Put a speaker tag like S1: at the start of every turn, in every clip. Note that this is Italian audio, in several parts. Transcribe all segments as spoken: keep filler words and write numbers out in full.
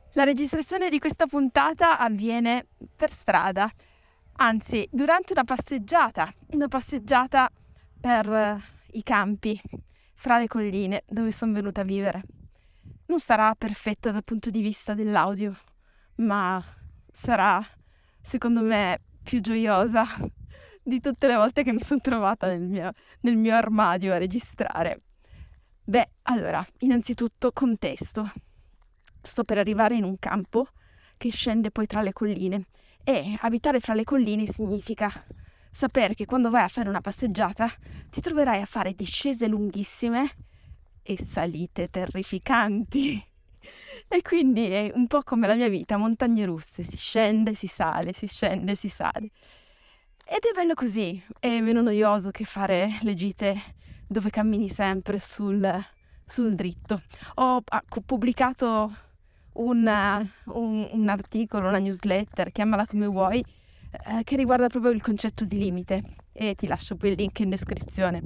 S1: La registrazione di questa puntata avviene per strada, anzi durante una passeggiata, una passeggiata per uh, i campi, fra le colline dove sono venuta a vivere. Non sarà perfetta dal punto di vista dell'audio, ma sarà, secondo me, più gioiosa di tutte le volte che mi sono trovata nel mio, nel mio armadio a registrare. Beh, allora, innanzitutto contesto. Sto per arrivare in un campo che scende poi tra le colline e abitare fra le colline significa sapere che quando vai a fare una passeggiata ti troverai a fare discese lunghissime e salite terrificanti. E quindi è un po' come la mia vita, montagne russe, si scende, si sale, si scende, si sale. Ed è bello così, è meno noioso che fare le gite dove cammini sempre sul, sul dritto. Ho pubblicato Un, un, un articolo, una newsletter, chiamala come vuoi, eh, che riguarda proprio il concetto di limite e ti lascio poi il link in descrizione.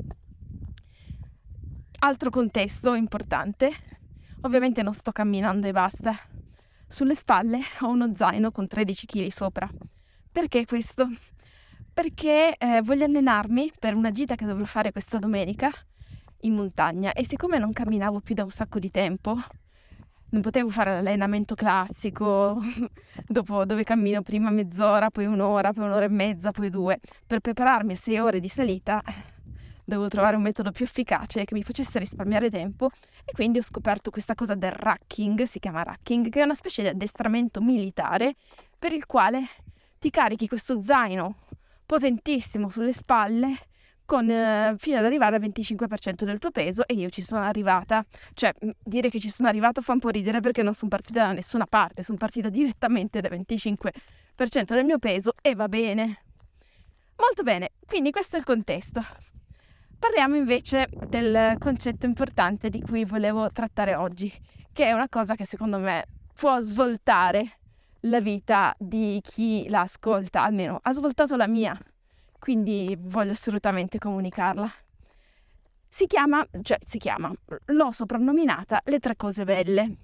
S1: Altro contesto importante, ovviamente non sto camminando e basta. Sulle spalle ho uno zaino con tredici chili sopra. Perché questo? Perché eh, voglio allenarmi per una gita che dovrò fare questa domenica in montagna e siccome non camminavo più da un sacco di tempo, non potevo fare l'allenamento classico, dopo dove cammino prima mezz'ora, poi un'ora, poi un'ora e mezza, poi due. Per prepararmi a sei ore di salita dovevo trovare un metodo più efficace che mi facesse risparmiare tempo e quindi ho scoperto questa cosa del racking, si chiama racking, che è una specie di addestramento militare per il quale ti carichi questo zaino potentissimo sulle spalle con eh, fino ad arrivare al venticinque per cento del tuo peso e io ci sono arrivata. Cioè, dire che ci sono arrivata fa un po' ridere perché non sono partita da nessuna parte, sono partita direttamente dal venticinque per cento del mio peso e va bene. Molto bene, quindi questo è il contesto. Parliamo invece del concetto importante di cui volevo trattare oggi, che è una cosa che secondo me può svoltare la vita di chi la ascolta, almeno ha svoltato la mia. Quindi voglio assolutamente comunicarla. Si chiama, cioè si chiama, l'ho soprannominata le tre cose belle.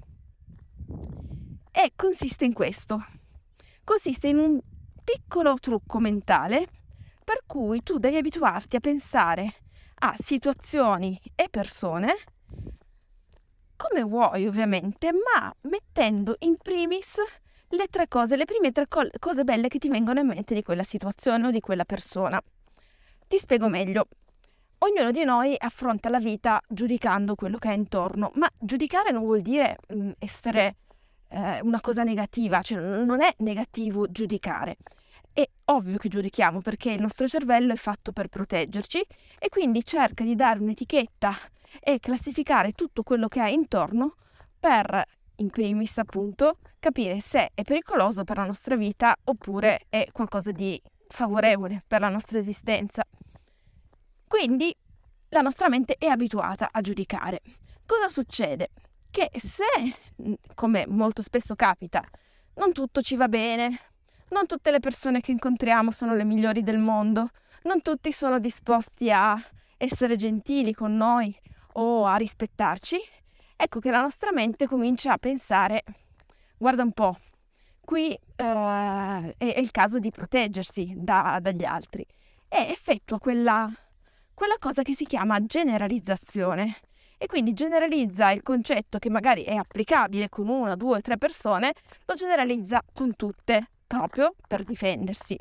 S1: E consiste in questo. Consiste in un piccolo trucco mentale per cui tu devi abituarti a pensare a situazioni e persone come vuoi ovviamente, ma mettendo in primis le tre cose, le prime tre co- cose belle che ti vengono in mente di quella situazione o di quella persona. Ti spiego meglio. Ognuno di noi affronta la vita giudicando quello che è intorno, ma giudicare non vuol dire mh, essere eh, una cosa negativa, cioè non è negativo giudicare. È ovvio che giudichiamo perché il nostro cervello è fatto per proteggerci e quindi cerca di dare un'etichetta e classificare tutto quello che ha intorno per in primis appunto capire se è pericoloso per la nostra vita oppure è qualcosa di favorevole per la nostra esistenza. Quindi la nostra mente è abituata a giudicare. Cosa succede? Che se, come molto spesso capita, non tutto ci va bene, non tutte le persone che incontriamo sono le migliori del mondo, non tutti sono disposti a essere gentili con noi o a rispettarci, ecco che la nostra mente comincia a pensare, guarda un po', qui eh, è, è il caso di proteggersi da, dagli altri e effettua quella, quella cosa che si chiama generalizzazione e quindi generalizza il concetto che magari è applicabile con una, due, tre persone, lo generalizza con tutte, proprio per difendersi.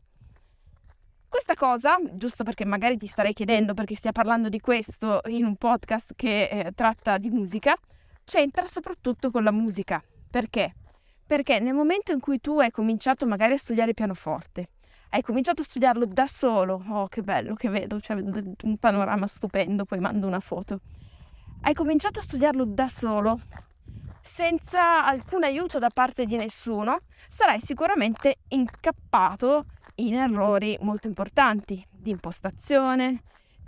S1: Questa cosa, giusto perché magari ti starei chiedendo perché stia parlando di questo in un podcast che eh, tratta di musica, c'entra soprattutto con la musica. Perché? Perché nel momento in cui tu hai cominciato magari a studiare pianoforte, hai cominciato a studiarlo da solo, oh che bello che vedo, cioè vedo un panorama stupendo, poi mando una foto. Hai cominciato a studiarlo da solo, senza alcun aiuto da parte di nessuno, sarai sicuramente incappato in errori molto importanti di impostazione,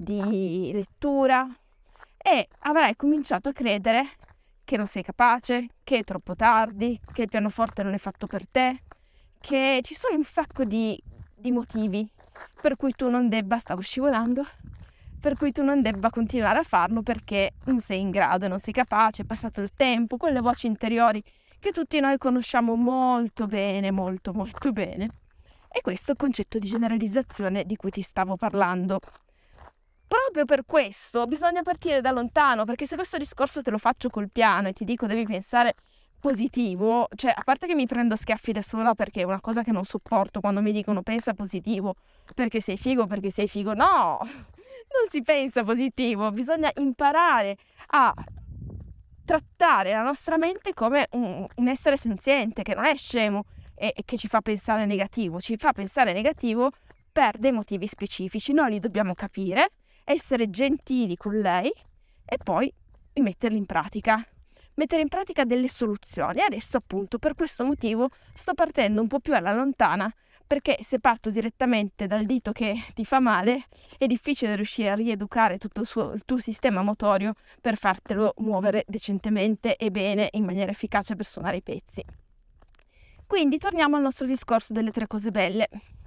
S1: di lettura e avrai cominciato a credere che non sei capace, che è troppo tardi, che il pianoforte non è fatto per te, che ci sono un sacco di, di motivi per cui tu non debba, stavo scivolando, per cui tu non debba continuare a farlo perché non sei in grado, non sei capace, è passato il tempo, quelle voci interiori che tutti noi conosciamo molto bene, molto molto bene. E questo è il concetto di generalizzazione di cui ti stavo parlando. Proprio per questo bisogna partire da lontano, perché se questo discorso te lo faccio col piano e ti dico devi pensare positivo, cioè a parte che mi prendo schiaffi da sola perché è una cosa che non sopporto quando mi dicono pensa positivo, perché sei figo, perché sei figo, no, non si pensa positivo, bisogna imparare a trattare la nostra mente come un, un essere senziente che non è scemo e, e che ci fa pensare negativo, ci fa pensare negativo per dei motivi specifici. Noi li dobbiamo capire, essere gentili con lei e poi metterli in pratica, mettere in pratica delle soluzioni. Adesso appunto per questo motivo sto partendo un po' più alla lontana, perché se parto direttamente dal dito che ti fa male è difficile riuscire a rieducare tutto il, suo, il tuo sistema motorio per fartelo muovere decentemente e bene in maniera efficace per suonare i pezzi. Quindi torniamo al nostro discorso delle tre cose belle.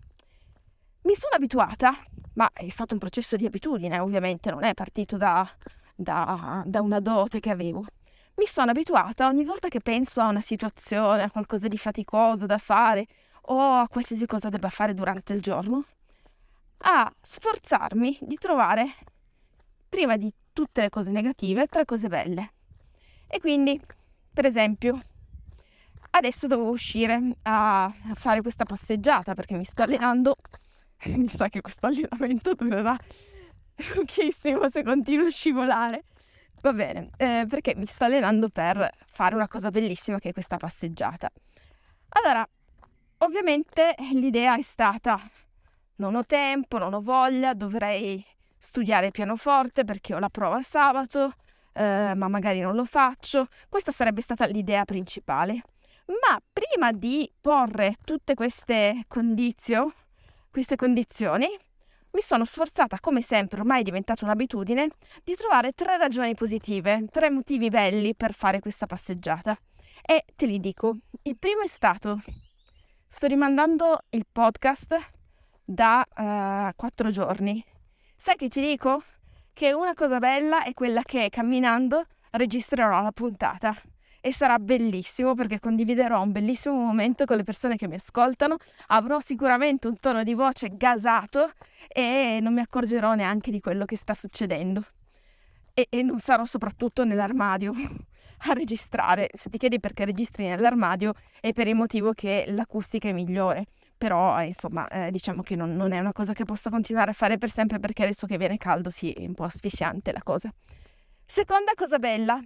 S1: Mi sono abituata, ma è stato un processo di abitudine, ovviamente non è partito da, da, da una dote che avevo. Mi sono abituata ogni volta che penso a una situazione, a qualcosa di faticoso da fare o a qualsiasi cosa debba fare durante il giorno, a sforzarmi di trovare, prima di tutte le cose negative, tre cose belle. E quindi, per esempio, adesso devo uscire a fare questa passeggiata perché mi sto allenando. Mi sa che questo allenamento durerà pochissimo se continuo a scivolare. Va bene, eh, perché mi sto allenando per fare una cosa bellissima che è questa passeggiata. Allora, ovviamente l'idea è stata: non ho tempo, non ho voglia, dovrei studiare pianoforte perché ho la prova sabato, eh, ma magari non lo faccio. Questa sarebbe stata l'idea principale. Ma prima di porre tutte queste condizio, queste condizioni, mi sono sforzata, come sempre, ormai è diventata un'abitudine, di trovare tre ragioni positive, tre motivi belli per fare questa passeggiata. E te li dico. Il primo è stato: sto rimandando il podcast da uh, quattro giorni. Sai che ti dico? Che una cosa bella è quella che camminando registrerò la puntata. E sarà bellissimo perché condividerò un bellissimo momento con le persone che mi ascoltano, avrò sicuramente un tono di voce gasato e non mi accorgerò neanche di quello che sta succedendo. E, e non sarò soprattutto nell'armadio a registrare. Se ti chiedi perché registri nell'armadio è per il motivo che l'acustica è migliore. Però eh, insomma eh, diciamo che non, non è una cosa che possa continuare a fare per sempre, perché adesso che viene caldo sì, è un po' asfissiante la cosa. Seconda cosa bella.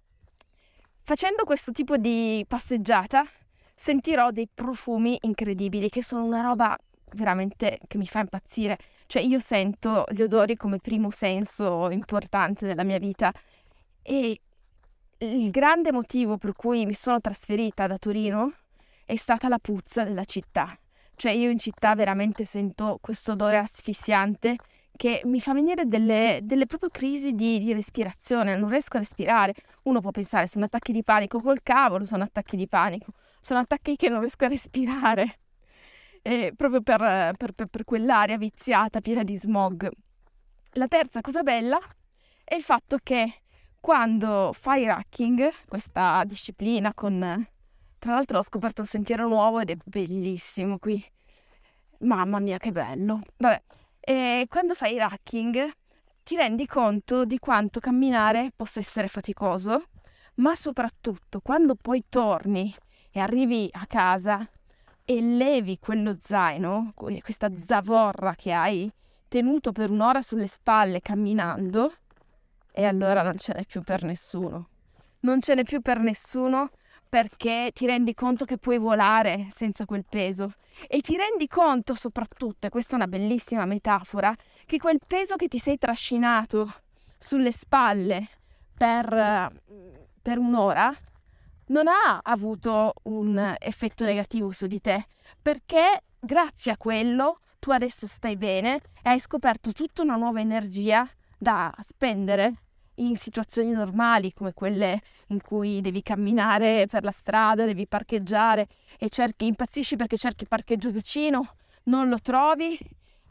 S1: Facendo questo tipo di passeggiata sentirò dei profumi incredibili che sono una roba veramente che mi fa impazzire. Cioè io sento gli odori come primo senso importante della mia vita e il grande motivo per cui mi sono trasferita da Torino è stata la puzza della città. Cioè io in città veramente sento questo odore asfissiante che mi fa venire delle, delle proprio crisi di, di respirazione, non riesco a respirare. Uno può pensare: sono attacchi di panico, col cavolo sono attacchi di panico, sono attacchi che non riesco a respirare, e proprio per, per, per, per quell'aria viziata, piena di smog. La terza cosa bella è il fatto che quando fai racking, questa disciplina con... Tra l'altro ho scoperto un sentiero nuovo ed è bellissimo qui. Mamma mia che bello. Vabbè. E quando fai racking ti rendi conto di quanto camminare possa essere faticoso, ma soprattutto quando poi torni e arrivi a casa e levi quello zaino, questa zavorra che hai tenuto per un'ora sulle spalle camminando, e allora non ce n'è più per nessuno. Non ce n'è più per nessuno perché ti rendi conto che puoi volare senza quel peso e ti rendi conto soprattutto, e questa è una bellissima metafora, che quel peso che ti sei trascinato sulle spalle per, per un'ora non ha avuto un effetto negativo su di te, perché grazie a quello tu adesso stai bene e hai scoperto tutta una nuova energia da spendere in situazioni normali come quelle in cui devi camminare per la strada, devi parcheggiare e cerchi, impazzisci perché cerchi parcheggio vicino, non lo trovi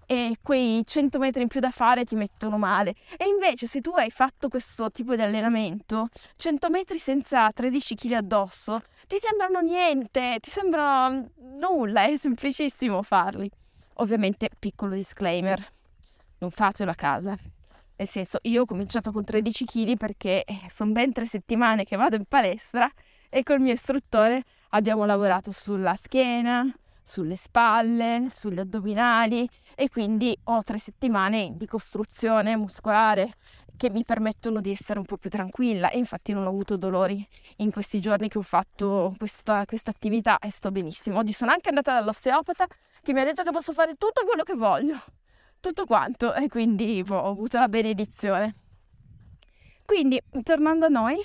S1: e quei cento metri in più da fare ti mettono male. E invece se tu hai fatto questo tipo di allenamento, cento metri senza tredici chili addosso ti sembrano niente, ti sembra nulla, è semplicissimo farli. Ovviamente, piccolo disclaimer, non fatelo a casa. Nel senso, io ho cominciato con tredici chili perché sono ben tre settimane che vado in palestra e col mio istruttore abbiamo lavorato sulla schiena, sulle spalle, sugli addominali, e quindi ho tre settimane di costruzione muscolare che mi permettono di essere un po' più tranquilla, e infatti non ho avuto dolori in questi giorni che ho fatto questa, questa attività e sto benissimo. Oggi sono anche andata dall'osteopata che mi ha detto che posso fare tutto quello che voglio, tutto quanto, e quindi boh, ho avuto la benedizione. Quindi, tornando a noi,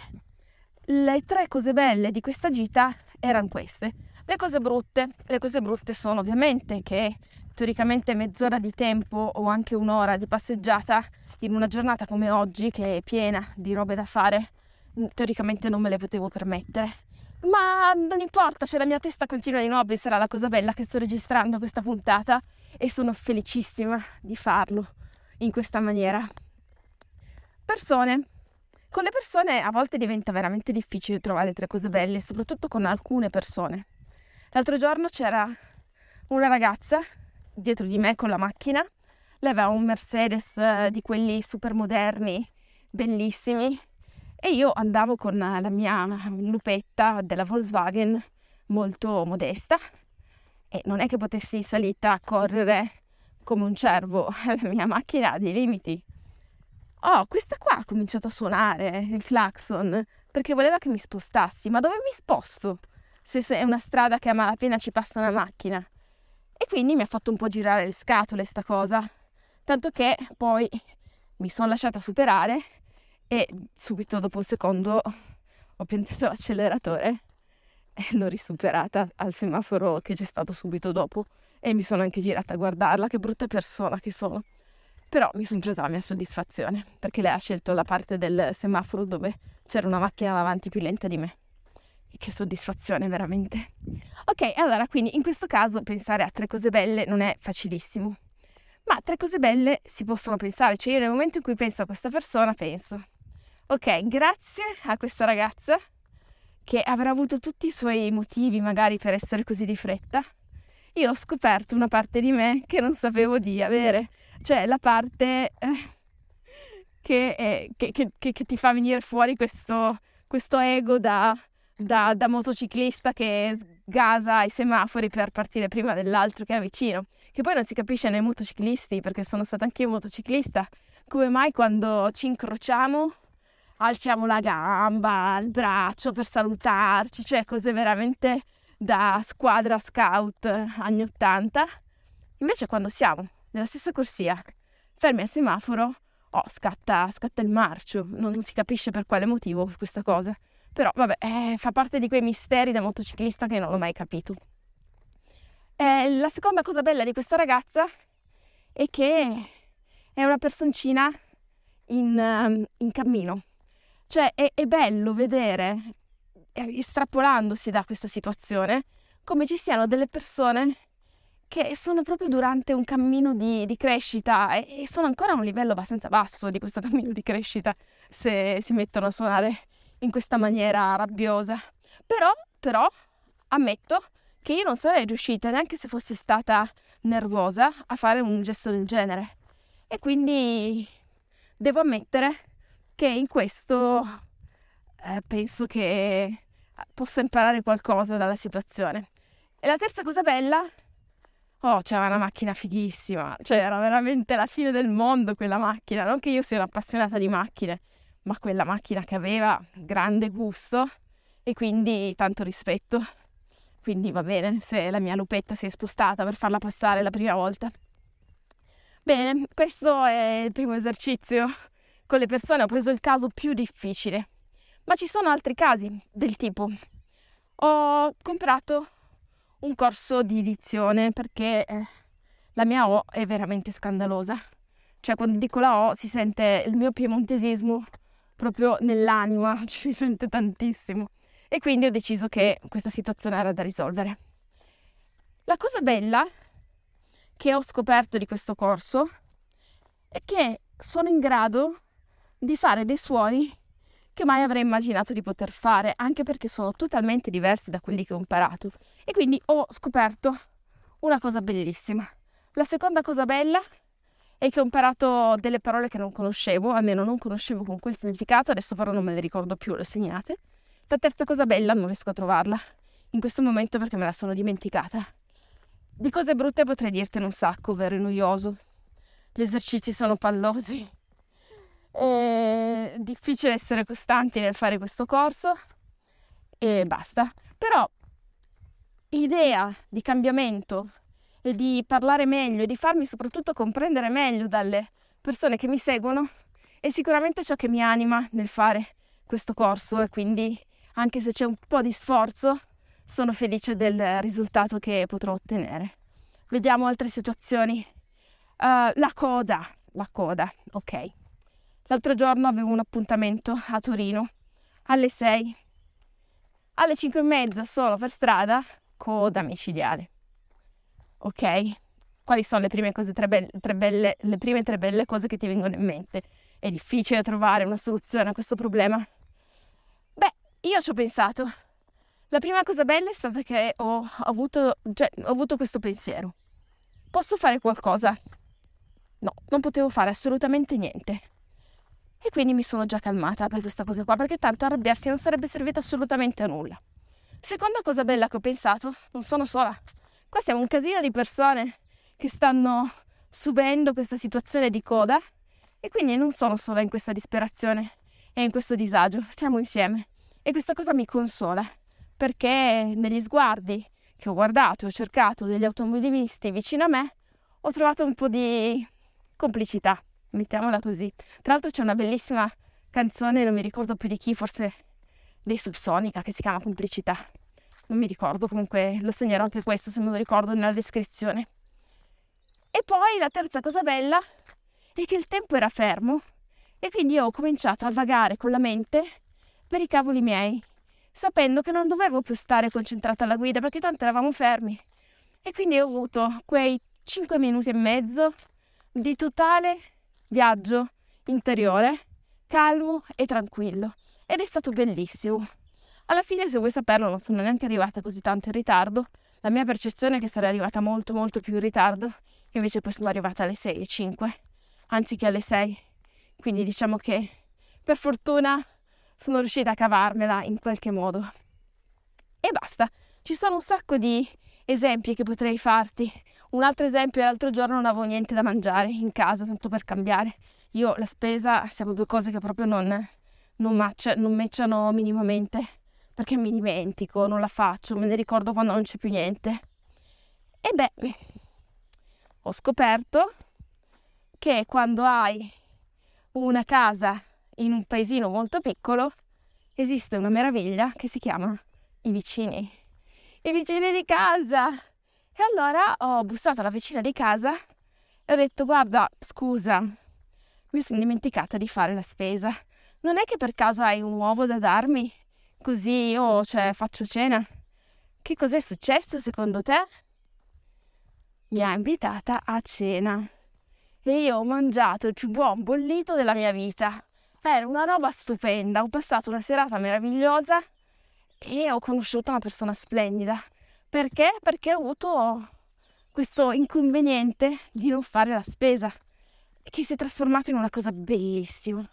S1: le tre cose belle di questa gita erano queste. Le cose brutte, le cose brutte sono ovviamente che teoricamente mezz'ora di tempo o anche un'ora di passeggiata in una giornata come oggi, che è piena di robe da fare, teoricamente non me le potevo permettere. Ma non importa, cioè la mia testa continua di nuovo a pensare alla cosa bella che sto registrando questa puntata e sono felicissima di farlo in questa maniera. Persone. Con le persone a volte diventa veramente difficile trovare tre cose belle, soprattutto con alcune persone. L'altro giorno c'era una ragazza dietro di me con la macchina, lei aveva un Mercedes eh, di quelli super moderni, bellissimi, e io andavo con la mia lupetta della Volkswagen molto modesta e non è che potessi in salita correre come un cervo, la mia macchina ha dei limiti. Oh, questa qua ha cominciato a suonare il clacson perché voleva che mi spostassi, ma dove mi sposto? Se è una strada che a malapena ci passa una macchina. E quindi mi ha fatto un po' girare le scatole sta cosa, tanto che poi mi sono lasciata superare e subito dopo un secondo ho piantato l'acceleratore e l'ho risuperata al semaforo che c'è stato subito dopo, e mi sono anche girata a guardarla, che brutta persona che sono. Però mi sono presa la mia soddisfazione, perché lei ha scelto la parte del semaforo dove c'era una macchina davanti più lenta di me. E che soddisfazione, veramente. Ok, allora, quindi in questo caso pensare a tre cose belle non è facilissimo. Ma tre cose belle si possono pensare. Cioè io nel momento in cui penso a questa persona penso: ok, grazie a questa ragazza che avrà avuto tutti i suoi motivi magari per essere così di fretta, io ho scoperto una parte di me che non sapevo di avere. Cioè la parte eh, che, eh, che, che, che ti fa venire fuori questo, questo ego da, da, da motociclista che sgasa ai semafori per partire prima dell'altro che è vicino. Che poi non si capisce nei motociclisti, perché sono stata anch'io motociclista, come mai quando ci incrociamo alziamo la gamba, il braccio per salutarci, cioè cose veramente da squadra scout anni ottanta. Invece quando siamo nella stessa corsia, fermi al semaforo, oh, scatta, scatta il marcio. Non, non si capisce per quale motivo questa cosa. Però vabbè, eh, fa parte di quei misteri da motociclista che non l'ho mai capito. Eh, la seconda cosa bella di questa ragazza è che è una personcina in, um, in cammino. Cioè è, è bello vedere, eh, estrapolandosi da questa situazione, come ci siano delle persone che sono proprio durante un cammino di, di crescita e, e sono ancora a un livello abbastanza basso di questo cammino di crescita se si mettono a suonare in questa maniera rabbiosa. Però, però, ammetto che io non sarei riuscita, neanche se fossi stata nervosa, a fare un gesto del genere. E quindi devo ammettere che in questo eh, penso che possa imparare qualcosa dalla situazione. E la terza cosa bella... Oh, c'era una macchina fighissima, cioè era veramente la fine del mondo quella macchina. Non che io sia un'appassionata di macchine, ma quella macchina che aveva grande gusto e quindi tanto rispetto. Quindi va bene se la mia lupetta si è spostata per farla passare la prima volta. Bene, questo è il primo esercizio. Con le persone ho preso il caso più difficile, ma ci sono altri casi del tipo: ho comprato un corso di dizione perché eh, la mia O è veramente scandalosa. Cioè quando dico la O si sente il mio piemontesismo proprio nell'anima, ci si sente tantissimo. E quindi ho deciso che questa situazione era da risolvere. La cosa bella che ho scoperto di questo corso è che sono in grado di fare dei suoni che mai avrei immaginato di poter fare, anche perché sono totalmente diversi da quelli che ho imparato. E quindi ho scoperto una cosa bellissima. La seconda cosa bella è che ho imparato delle parole che non conoscevo, almeno non conoscevo con quel significato, adesso però non me le ricordo più, le segnate. La terza cosa bella non riesco a trovarla in questo momento perché me la sono dimenticata. Di cose brutte potrei dirtene un sacco, ovvero è noioso. Gli esercizi sono pallosi. È difficile essere costanti nel fare questo corso e basta. Però l'idea di cambiamento e di parlare meglio e di farmi soprattutto comprendere meglio dalle persone che mi seguono è sicuramente ciò che mi anima nel fare questo corso, e quindi anche se c'è un po' di sforzo sono felice del risultato che potrò ottenere. Vediamo altre situazioni. Uh, la coda, la coda, ok. L'altro giorno avevo un appuntamento a Torino alle sei. Alle cinque e mezza sono per strada, coda micidiale. Ok? Quali sono le prime cose tre belle, tre belle, le prime tre belle cose che ti vengono in mente? È difficile trovare una soluzione a questo problema? Beh, io ci ho pensato. La prima cosa bella è stata che ho avuto, cioè, ho avuto questo pensiero. Posso fare qualcosa? No, non potevo fare assolutamente niente. E quindi mi sono già calmata per questa cosa qua, perché tanto arrabbiarsi non sarebbe servito assolutamente a nulla. Seconda cosa bella che ho pensato, non sono sola. Qua siamo un casino di persone che stanno subendo questa situazione di coda e quindi non sono sola in questa disperazione e in questo disagio, siamo insieme. E questa cosa mi consola, perché negli sguardi che ho guardato e ho cercato degli automobilisti vicino a me, ho trovato un po' di complicità, mettiamola così. Tra l'altro c'è una bellissima canzone, non mi ricordo più di chi, forse dei Subsonica, che si chiama Complicità. Non mi ricordo, comunque lo segnerò anche questo se me lo ricordo nella descrizione. E poi la terza cosa bella è che il tempo era fermo e quindi io ho cominciato a vagare con la mente per i cavoli miei, sapendo che non dovevo più stare concentrata alla guida perché tanto eravamo fermi. E quindi ho avuto quei cinque minuti e mezzo di totale viaggio interiore, calmo e tranquillo. Ed è stato bellissimo. Alla fine, se vuoi saperlo, non sono neanche arrivata così tanto in ritardo. La mia percezione è che sarei arrivata molto molto più in ritardo, invece poi sono arrivata alle sei e cinque, anziché alle sei. Quindi diciamo che per fortuna sono riuscita a cavarmela in qualche modo. E basta. Ci sono un sacco di esempi che potrei farti. Un altro esempio è l'altro giorno non avevo niente da mangiare in casa, tanto per cambiare. Io la spesa, siamo due cose che proprio non, non, match, non matchano minimamente, perché mi dimentico, non la faccio, me ne ricordo quando non c'è più niente. E beh, ho scoperto che quando hai una casa in un paesino molto piccolo esiste una meraviglia che si chiama i vicini. I vicini di casa! E allora ho bussato alla vicina di casa e ho detto: guarda, scusa, mi sono dimenticata di fare la spesa. Non è che per caso hai un uovo da darmi? Così io, cioè, faccio cena. Che cos'è successo secondo te? Mi ha invitata a cena e io ho mangiato il più buon bollito della mia vita. Era una roba stupenda, ho passato una serata meravigliosa e ho conosciuto una persona splendida. Perché? Perché ho avuto questo inconveniente di non fare la spesa, che si è trasformato in una cosa bellissima.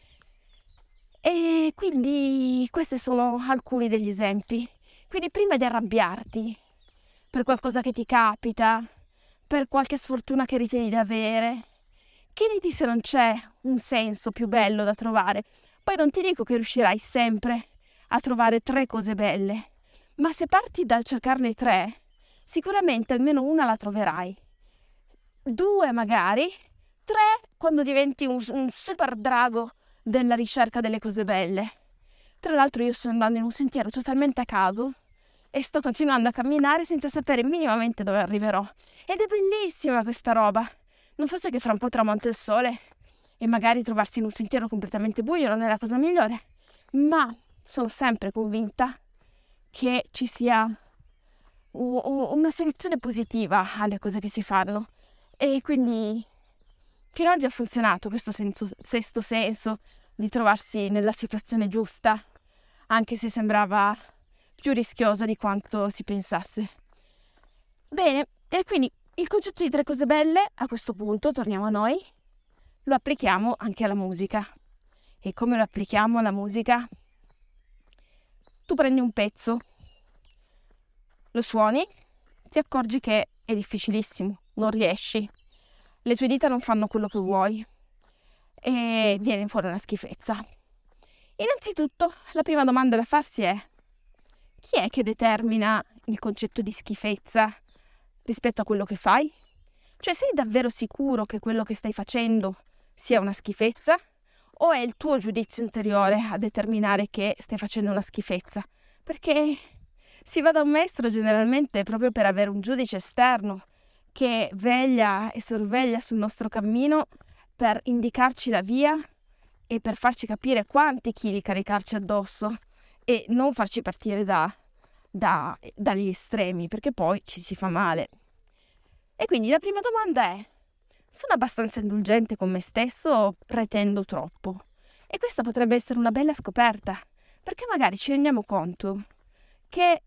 S1: E quindi questi sono alcuni degli esempi. Quindi prima di arrabbiarti per qualcosa che ti capita, per qualche sfortuna che ritieni di avere, chiediti se non c'è un senso più bello da trovare. Poi non ti dico che riuscirai sempre a trovare tre cose belle, ma se parti dal cercarne tre, sicuramente almeno una la troverai. Due magari, tre quando diventi un, un super drago della ricerca delle cose belle. Tra l'altro io sto andando in un sentiero totalmente a caso e sto continuando a camminare senza sapere minimamente dove arriverò. Ed è bellissima questa roba. Non fosse che fra un po' tramonta il sole e magari trovarsi in un sentiero completamente buio non è la cosa migliore, ma sono sempre convinta che ci sia u- u- una soluzione positiva alle cose che si fanno. E quindi fino ad oggi ha funzionato questo senso, sesto senso di trovarsi nella situazione giusta, anche se sembrava più rischiosa di quanto si pensasse. Bene, e quindi il concetto di tre cose belle, a questo punto, torniamo a noi, lo applichiamo anche alla musica. E come lo applichiamo alla musica? Tu prendi un pezzo, lo suoni, ti accorgi che è difficilissimo, non riesci, le tue dita non fanno quello che vuoi e viene fuori una schifezza. Innanzitutto, la prima domanda da farsi è: chi è che determina il concetto di schifezza rispetto a quello che fai? Cioè, sei davvero sicuro che quello che stai facendo sia una schifezza? O è il tuo giudizio interiore a determinare che stai facendo una schifezza? Perché si va da un maestro generalmente proprio per avere un giudice esterno che veglia e sorveglia sul nostro cammino per indicarci la via e per farci capire quanti chili caricarci addosso e non farci partire da, da, dagli estremi, perché poi ci si fa male. E quindi la prima domanda è: sono abbastanza indulgente con me stesso o pretendo troppo? E questa potrebbe essere una bella scoperta, perché magari ci rendiamo conto che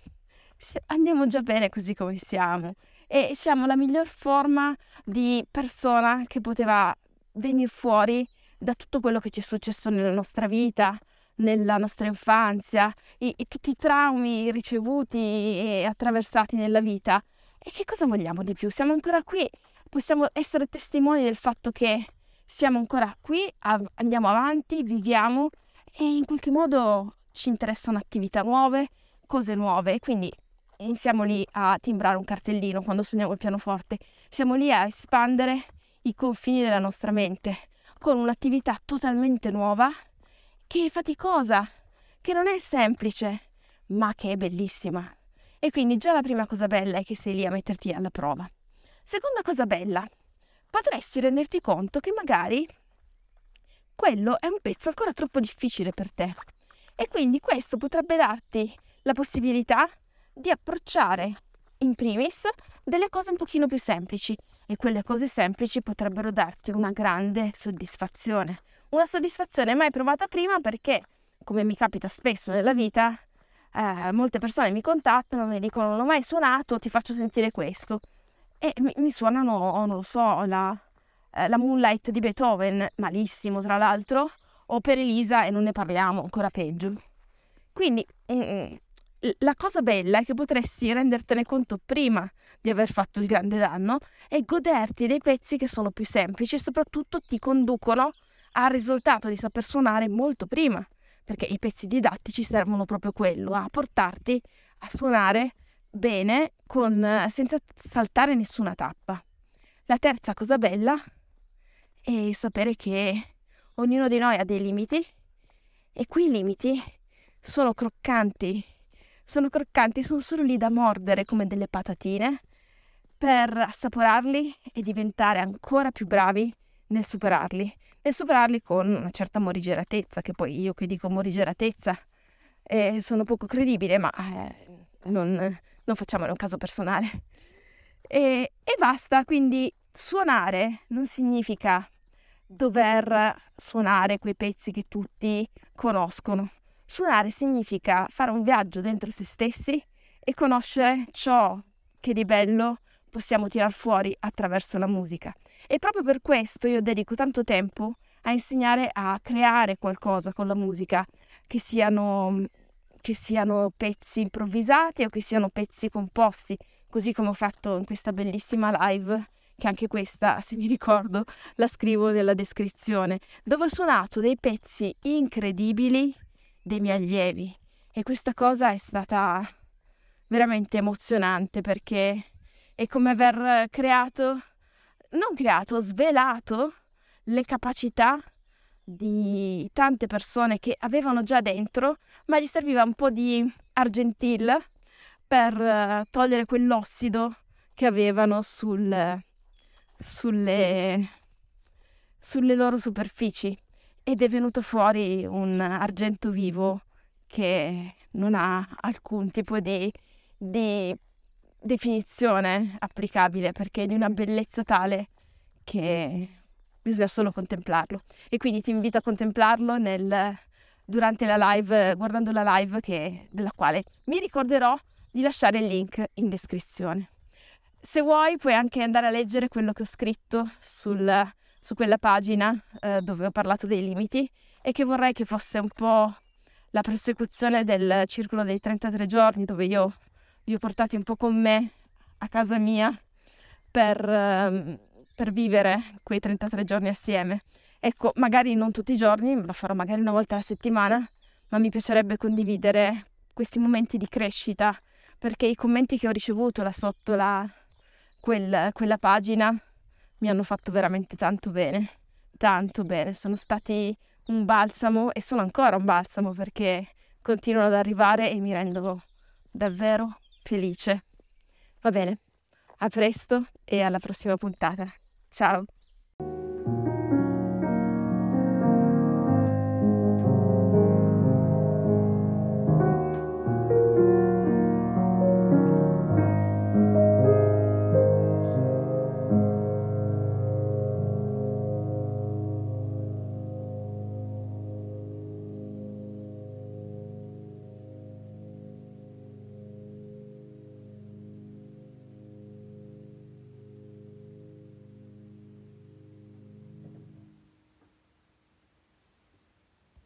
S1: andiamo già bene così come siamo e siamo la miglior forma di persona che poteva venire fuori da tutto quello che ci è successo nella nostra vita, nella nostra infanzia, e, e tutti i traumi ricevuti e attraversati nella vita. E che cosa vogliamo di più? Siamo ancora qui, possiamo essere testimoni del fatto che siamo ancora qui, av- andiamo avanti, viviamo e in qualche modo ci interessano attività nuove, cose nuove, e quindi non siamo lì a timbrare un cartellino quando suoniamo il pianoforte, siamo lì a espandere i confini della nostra mente con un'attività totalmente nuova, che è faticosa, che non è semplice, ma che è bellissima. E quindi già la prima cosa bella è che sei lì a metterti alla prova. Seconda cosa bella, potresti renderti conto che magari quello è un pezzo ancora troppo difficile per te. E quindi questo potrebbe darti la possibilità di approcciare in primis delle cose un pochino più semplici, e quelle cose semplici potrebbero darti una grande soddisfazione. Una soddisfazione mai provata prima, perché, come mi capita spesso nella vita, eh, molte persone mi contattano e mi dicono: non ho mai suonato, ti faccio sentire questo. E mi, mi suonano, non lo so, la, eh, la Moonlight di Beethoven, malissimo tra l'altro, o per Elisa, e non ne parliamo, ancora peggio. Quindi mm, la cosa bella è che potresti rendertene conto prima di aver fatto il grande danno e goderti dei pezzi che sono più semplici e soprattutto ti conducono al risultato di saper suonare molto prima, perché i pezzi didattici servono proprio quello, a portarti a suonare bene con, senza saltare nessuna tappa. La terza cosa bella è sapere che ognuno di noi ha dei limiti, e quei limiti sono croccanti, sono croccanti, sono solo lì da mordere come delle patatine per assaporarli e diventare ancora più bravi nel superarli, nel superarli con una certa morigeratezza, che poi io che dico morigeratezza eh, sono poco credibile, ma eh, non, non facciamone un caso personale. E, e basta, quindi suonare non significa dover suonare quei pezzi che tutti conoscono. Suonare significa fare un viaggio dentro se stessi e conoscere ciò che di bello possiamo tirar fuori attraverso la musica. E proprio per questo io dedico tanto tempo a insegnare a creare qualcosa con la musica, che siano, che siano pezzi improvvisati o che siano pezzi composti, così come ho fatto in questa bellissima live, che anche questa, se mi ricordo, la scrivo nella descrizione, dove ho suonato dei pezzi incredibili dei miei allievi, e questa cosa è stata veramente emozionante, perché è come aver creato, non creato, svelato le capacità di tante persone che avevano già dentro, ma gli serviva un po' di Argentil per uh, togliere quell'ossido che avevano sul, sulle, sulle loro superfici, ed è venuto fuori un argento vivo che non ha alcun tipo di, di definizione applicabile, perché è di una bellezza tale che bisogna solo contemplarlo. E quindi ti invito a contemplarlo nel, durante la live, guardando la live che, della quale mi ricorderò di lasciare il link in descrizione. Se vuoi puoi anche andare a leggere quello che ho scritto sul, su quella pagina eh, dove ho parlato dei limiti, e che vorrei che fosse un po' la prosecuzione del circolo dei trentatré giorni, dove io vi ho portati un po' con me a casa mia per, um, per vivere quei trentatré giorni assieme. Ecco, magari non tutti i giorni, lo farò magari una volta alla settimana, ma mi piacerebbe condividere questi momenti di crescita, perché i commenti che ho ricevuto là sotto la, quel, quella pagina mi hanno fatto veramente tanto bene, tanto bene, sono stati un balsamo e sono ancora un balsamo, perché continuano ad arrivare e mi rendono davvero felice. Va bene, a presto e alla prossima puntata. Ciao!